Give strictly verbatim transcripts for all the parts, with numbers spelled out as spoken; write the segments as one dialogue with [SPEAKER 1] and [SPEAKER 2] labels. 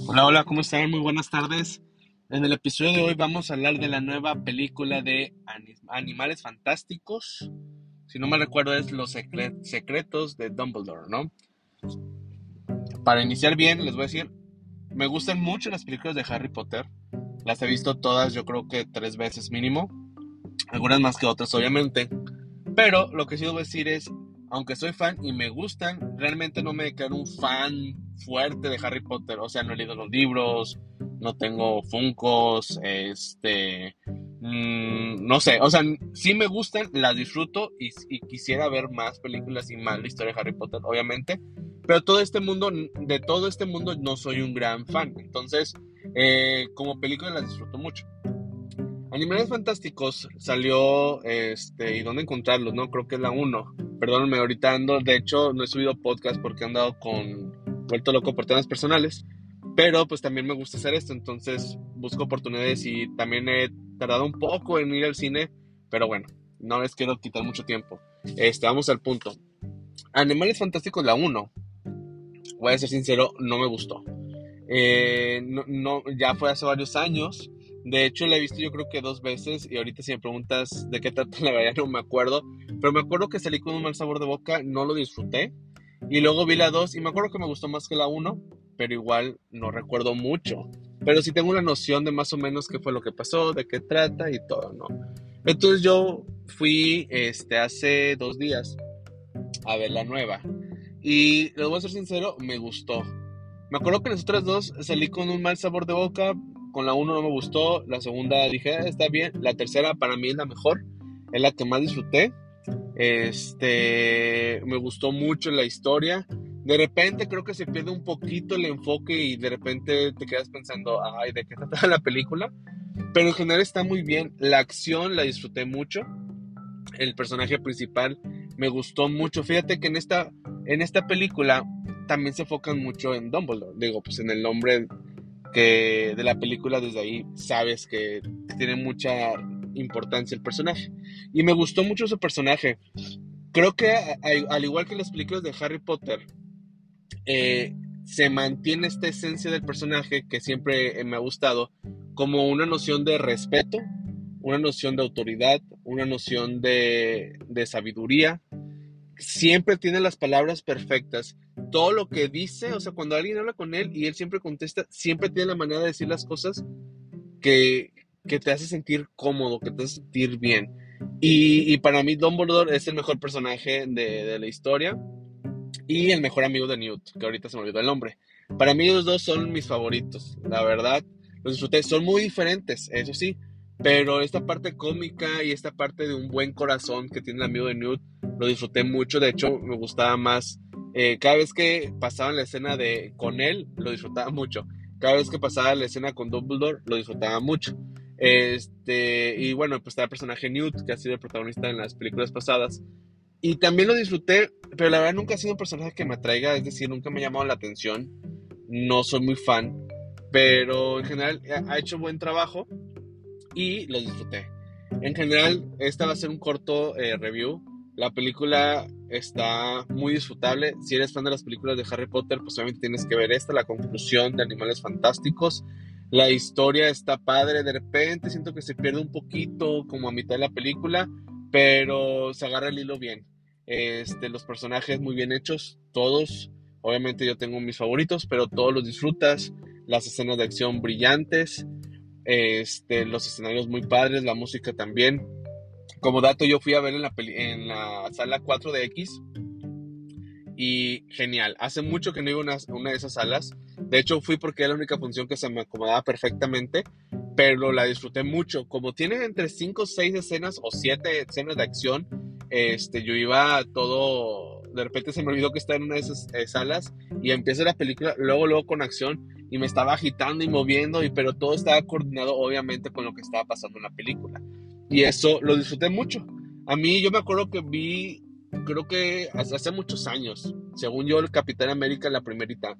[SPEAKER 1] Hola, hola, ¿cómo están? Muy buenas tardes. En el episodio de hoy vamos a hablar de la nueva película de ani- Animales Fantásticos. Si no me recuerdo es Los Secre- Secretos de Dumbledore, ¿no? Para iniciar bien, les voy a decir, me gustan mucho las películas de Harry Potter. Las he visto todas, yo creo que tres veces mínimo. Algunas más que otras, obviamente. Pero lo que sí debo decir es, aunque soy fan y me gustan, realmente no me declaro un fan fuerte de Harry Potter. O sea, no he leído los libros, no tengo Funkos, este, mmm, no sé. O sea, sí me gustan, las disfruto y, y quisiera ver más películas y más la historia de Harry Potter, obviamente. Pero todo este mundo, de todo este mundo, no soy un gran fan. Entonces, eh, como película las disfruto mucho. Animales Fantásticos salió, este, y dónde encontrarlos, ¿no? Creo que es la uno. Perdónenme, ahorita ando, de hecho, no he subido podcast porque he andado con, vuelto loco por temas personales, pero pues también me gusta hacer esto, entonces busco oportunidades y también he tardado un poco en ir al cine, pero bueno, no les quiero quitar mucho tiempo. Este, vamos al punto. Animales Fantásticos, la uno, voy a ser sincero, no me gustó. Eh, no, no, ya fue hace varios años. De hecho, la he visto yo creo que dos veces. Y ahorita si me preguntas de qué trata, la verdad no me acuerdo. Pero me acuerdo que salí con un mal sabor de boca, no lo disfruté. Y luego vi la dos y me acuerdo que me gustó más que la uno, pero igual no recuerdo mucho. Pero sí tengo una noción de más o menos qué fue lo que pasó, de qué trata y todo, ¿no? Entonces yo fui este, hace dos días a ver la nueva. Y les voy a ser sincero, me gustó. Me acuerdo que las otras dos salí con un mal sabor de boca. Con la uno no me gustó. La segunda dije, "Ah, está bien". La tercera para mí es la mejor. Es la que más disfruté. Este, me gustó mucho la historia. De repente creo que se pierde un poquito el enfoque y de repente te quedas pensando, ay, ¿de qué trata la película? Pero en general está muy bien. La acción la disfruté mucho. El personaje principal me gustó mucho. Fíjate que en esta, en esta película también se enfocan mucho en Dumbledore. Digo, pues en el nombre que de la película, desde ahí sabes que tiene mucha importancia el personaje. Y me gustó mucho su personaje. Creo que a- a- al igual que las películas de Harry Potter, eh, se mantiene esta esencia del personaje que siempre eh, me ha gustado, como una noción de respeto, una noción de autoridad, una noción de, de sabiduría. Siempre tiene las palabras perfectas. Todo lo que dice, o sea, cuando alguien habla con él y él siempre contesta, siempre tiene la manera de decir las cosas que, que te hace sentir cómodo, que te hace sentir bien. Y, y para mí Dumbledore es el mejor personaje de, de la historia y el mejor amigo de Newt, que ahorita se me olvidó el nombre. Para mí los dos son mis favoritos, la verdad. Los disfruté, son muy diferentes, eso sí, pero esta parte cómica y esta parte de un buen corazón que tiene el amigo de Newt, lo disfruté mucho. De hecho, me gustaba más. Eh, cada vez que pasaba la escena de con él, lo disfrutaba mucho. Cada vez que pasaba la escena con Dumbledore, lo disfrutaba mucho. Este, y bueno, pues está el personaje Newt, que ha sido el protagonista en las películas pasadas. Y también lo disfruté, pero la verdad nunca ha sido un personaje que me atraiga, es decir, nunca me ha llamado la atención. No soy muy fan, pero en general ha ha hecho buen trabajo y lo disfruté. En general, esta va a ser un corto eh, review. La película está muy disfrutable. Si eres fan de las películas de Harry Potter, pues obviamente tienes que ver esta, la conclusión de Animales Fantásticos. La historia está padre. De repente siento que se pierde un poquito como a mitad de la película, pero se agarra el hilo bien. Este, los personajes muy bien hechos, todos. Obviamente yo tengo mis favoritos, pero todos los disfrutas. Las escenas de acción brillantes, este, los escenarios muy padres, la música también. Como dato, yo fui a ver en la, peli en la sala cuatro D X y genial. Hace mucho que no iba a una, una de esas salas. De hecho, fui porque era la única función que se me acomodaba perfectamente, pero la disfruté mucho. Como tiene entre cinco o seis escenas o siete escenas de acción, este, yo iba todo. De repente se me olvidó que estaba en una de esas eh, salas y empieza la película, luego, luego con acción y me estaba agitando y moviendo, y, pero todo estaba coordinado obviamente con lo que estaba pasando en la película. Y eso lo disfruté mucho. A mí yo me acuerdo que vi, creo que hace, hace muchos años, según yo, el Capitán América, la primerita,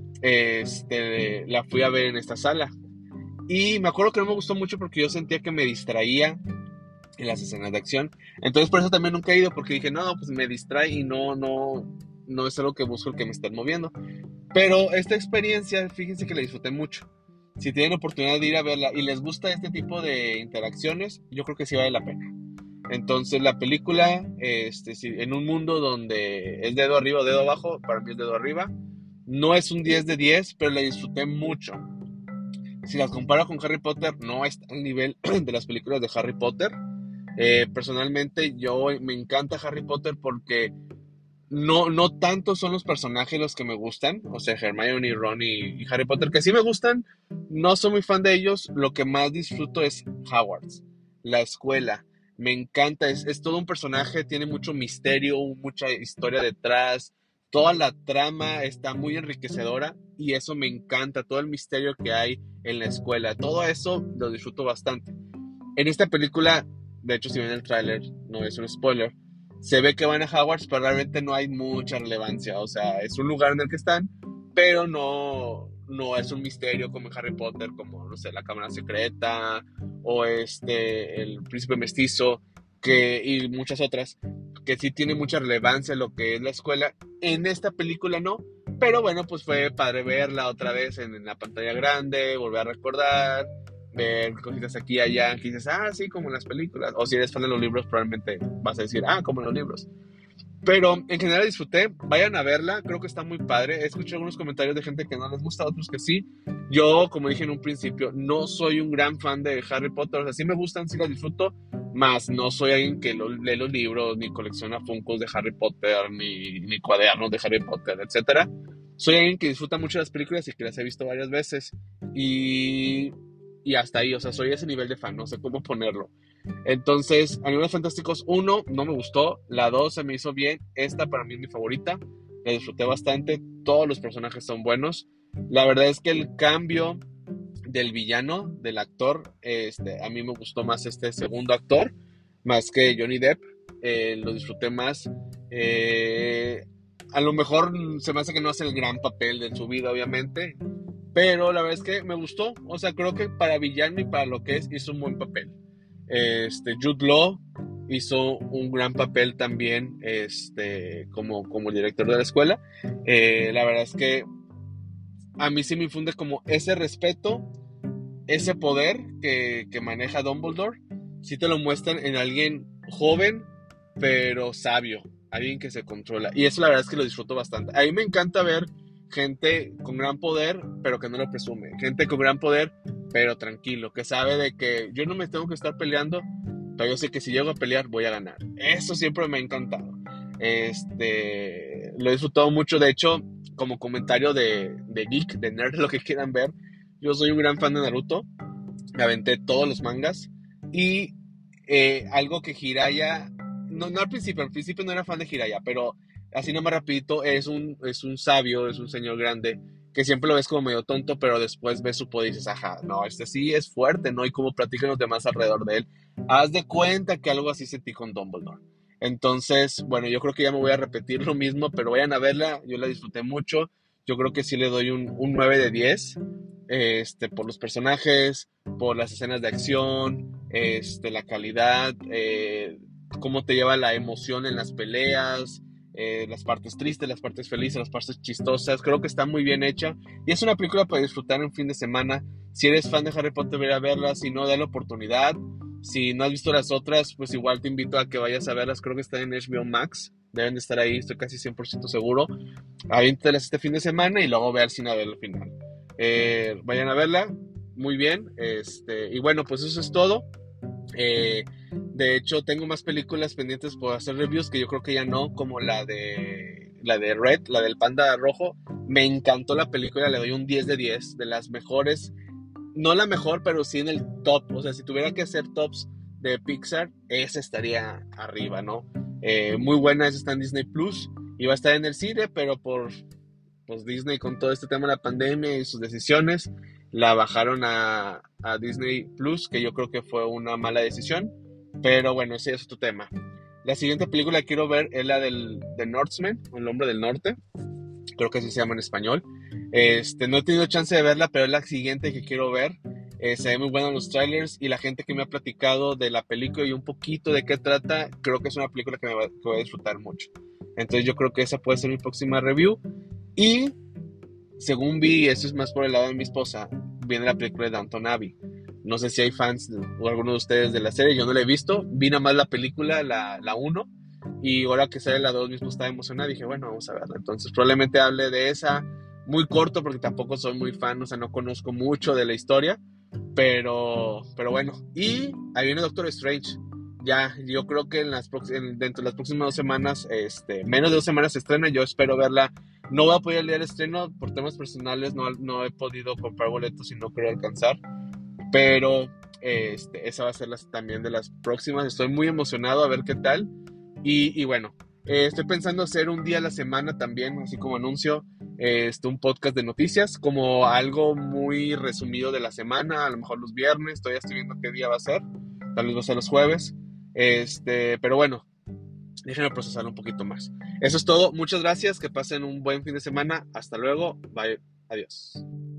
[SPEAKER 1] este, la fui a ver en esta sala. Y me acuerdo que no me gustó mucho porque yo sentía que me distraía en las escenas de acción. Entonces por eso también nunca he ido, porque dije, no, pues me distrae y no, no, no es algo que busco el que me estén moviendo. Pero esta experiencia, fíjense que la disfruté mucho. Si tienen oportunidad de ir a verla y les gusta este tipo de interacciones, yo creo que sí vale la pena. Entonces la película, este, sí, en un mundo donde es dedo arriba o dedo abajo, para mí es dedo arriba. No es un diez de diez, pero la disfruté mucho. Si las comparo con Harry Potter, no está al nivel de las películas de Harry Potter. Eh, personalmente, yo me encanta Harry Potter porque no, no tanto son los personajes los que me gustan, o sea, Hermione, Ron y, y Harry Potter, que sí me gustan, no soy muy fan de ellos, lo que más disfruto es Hogwarts, la escuela, me encanta, es, es todo un personaje, tiene mucho misterio, mucha historia detrás, toda la trama está muy enriquecedora y eso me encanta, todo el misterio que hay en la escuela, todo eso lo disfruto bastante. En esta película, de hecho si ven el tráiler, no es un spoiler, se ve que van a Hogwarts, pero realmente no hay mucha relevancia. O sea, es un lugar en el que están, pero no, no es un misterio como en Harry Potter, como, no sé, la cámara secreta o este, el príncipe mestizo, que, y muchas otras, que sí tiene mucha relevancia lo que es la escuela. En esta película no, pero bueno, pues fue padre verla otra vez en, en la pantalla grande, volver a recordar, ver cositas aquí y allá, que dices, ah, sí, como en las películas. O si eres fan de los libros, probablemente vas a decir, ah, como en los libros. Pero en general disfruté, vayan a verla, creo que está muy padre. He escuchado algunos comentarios de gente que no les gusta, otros que sí. Yo, como dije en un principio, no soy un gran fan de Harry Potter, o sea, sí me gustan, sí las disfruto, más no soy alguien que lo, lee los libros, ni colecciona Funkos de Harry Potter, ni, ni cuadernos de Harry Potter, etcétera. Soy alguien que disfruta mucho las películas y que las he visto varias veces. Y, y hasta ahí, o sea, soy ese nivel de fan, no sé cómo ponerlo. Entonces, Animales Fantásticos uno no me gustó, la dos se me hizo bien, esta para mí es mi favorita, la disfruté bastante, todos los personajes son buenos. La verdad es que el cambio del villano, del actor, este, a mí me gustó más este segundo actor, más que Johnny Depp, eh, lo disfruté más. Eh, a lo mejor se me hace que no hace el gran papel de su vida, obviamente, pero la verdad es que me gustó, o sea, creo que para villano y para lo que es, hizo un buen papel. Este, Jude Law hizo un gran papel también este, como, como el director de la escuela. Eh, la verdad es que a mí sí me infunde como ese respeto, ese poder que, que maneja Dumbledore. Sí te lo muestran en alguien joven, pero sabio, alguien que se controla. Y eso la verdad es que lo disfruto bastante. A mí me encanta ver gente con gran poder, pero que no lo presume. Gente con gran poder, pero tranquilo, que sabe de que yo no me tengo que estar peleando, pero yo sé que si llego a pelear voy a ganar. Eso siempre me ha encantado. Este, lo he disfrutado mucho. De hecho, como comentario de, de geek, de nerd, lo que quieran ver, yo soy un gran fan de Naruto. Me aventé todos los mangas. Y eh, algo que Jiraiya, no, no al principio, al principio no era fan de Jiraiya, pero así nomás rapidito, es un, es un sabio, es un señor grande, que siempre lo ves como medio tonto, pero después ves su poder y dices, ajá, no, este sí es fuerte, ¿no? Y cómo platican los demás alrededor de él. Haz de cuenta que algo así sentí con Dumbledore. Entonces, bueno, yo creo que ya me voy a repetir lo mismo, pero vayan a verla, yo la disfruté mucho. Yo creo que sí le doy un, un nueve de diez, este, por los personajes, por las escenas de acción, este, la calidad, eh, cómo te lleva la emoción en las peleas, eh, las partes tristes, las partes felices, las partes chistosas. Creo que está muy bien hecha y es una película para disfrutar en fin de semana. Si eres fan de Harry Potter, ve a verla, si no, da la oportunidad. Si no has visto las otras, pues igual te invito a que vayas a verlas. Creo que están en H B O Max, deben de estar ahí, estoy casi cien por ciento seguro. Aviéntelas este fin de semana y luego ve al cine a ver el final. Eh, vayan a verla, muy bien. Este, y bueno, pues eso es todo. Eh, de hecho, tengo más películas pendientes por hacer reviews que yo creo que ya no, como la de la de Red, la del panda rojo. Me encantó la película, le doy un diez de diez, de las mejores. No la mejor, pero sí en el top. O sea, si tuviera que hacer tops de Pixar, esa estaría arriba, ¿no? Eh, muy buena, esa está en Disney Plus. Iba a estar en el cine, pero por pues, Disney con todo este tema de la pandemia y sus decisiones, la bajaron a, a Disney Plus, que yo creo que fue una mala decisión. Pero bueno, ese es otro tema. La siguiente película que quiero ver es la del The Northman, El Hombre del Norte. Creo que así se llama en español. Este, no he tenido chance de verla, pero es la siguiente que quiero ver. Eh, se ve muy buena en los trailers y la gente que me ha platicado de la película y un poquito de qué trata, creo que es una película que me va, que voy a disfrutar mucho. Entonces yo creo que esa puede ser mi próxima review. Y según vi, eso es más por el lado de mi esposa, viene la película de Downton Abbey. No sé si hay fans de- o alguno de ustedes de la serie, yo no la he visto, vi nada más la película, la, la uno, y ahora que sale la dos mismo estaba emocionada, dije, bueno, vamos a verla. Entonces probablemente hable de esa, muy corto porque tampoco soy muy fan, o sea, no conozco mucho de la historia, pero, pero bueno. Y ahí viene Doctor Strange. Ya, yo creo que en las prox- en- dentro de las próximas dos semanas, este, menos de dos semanas se estrena, yo espero verla. No voy a poder leer el estreno por temas personales, no, no he podido comprar boletos y no creo alcanzar, pero este, esa va a ser las, también de las próximas. Estoy muy emocionado a ver qué tal. Y, y bueno, eh, estoy pensando hacer un día a la semana también, así como anuncio, eh, este, un podcast de noticias, como algo muy resumido de la semana, a lo mejor los viernes, todavía estoy viendo qué día va a ser, tal vez va a ser los jueves, este, pero bueno, déjenme procesarlo un poquito más. Eso es todo, muchas gracias, que pasen un buen fin de semana, hasta luego, bye, adiós.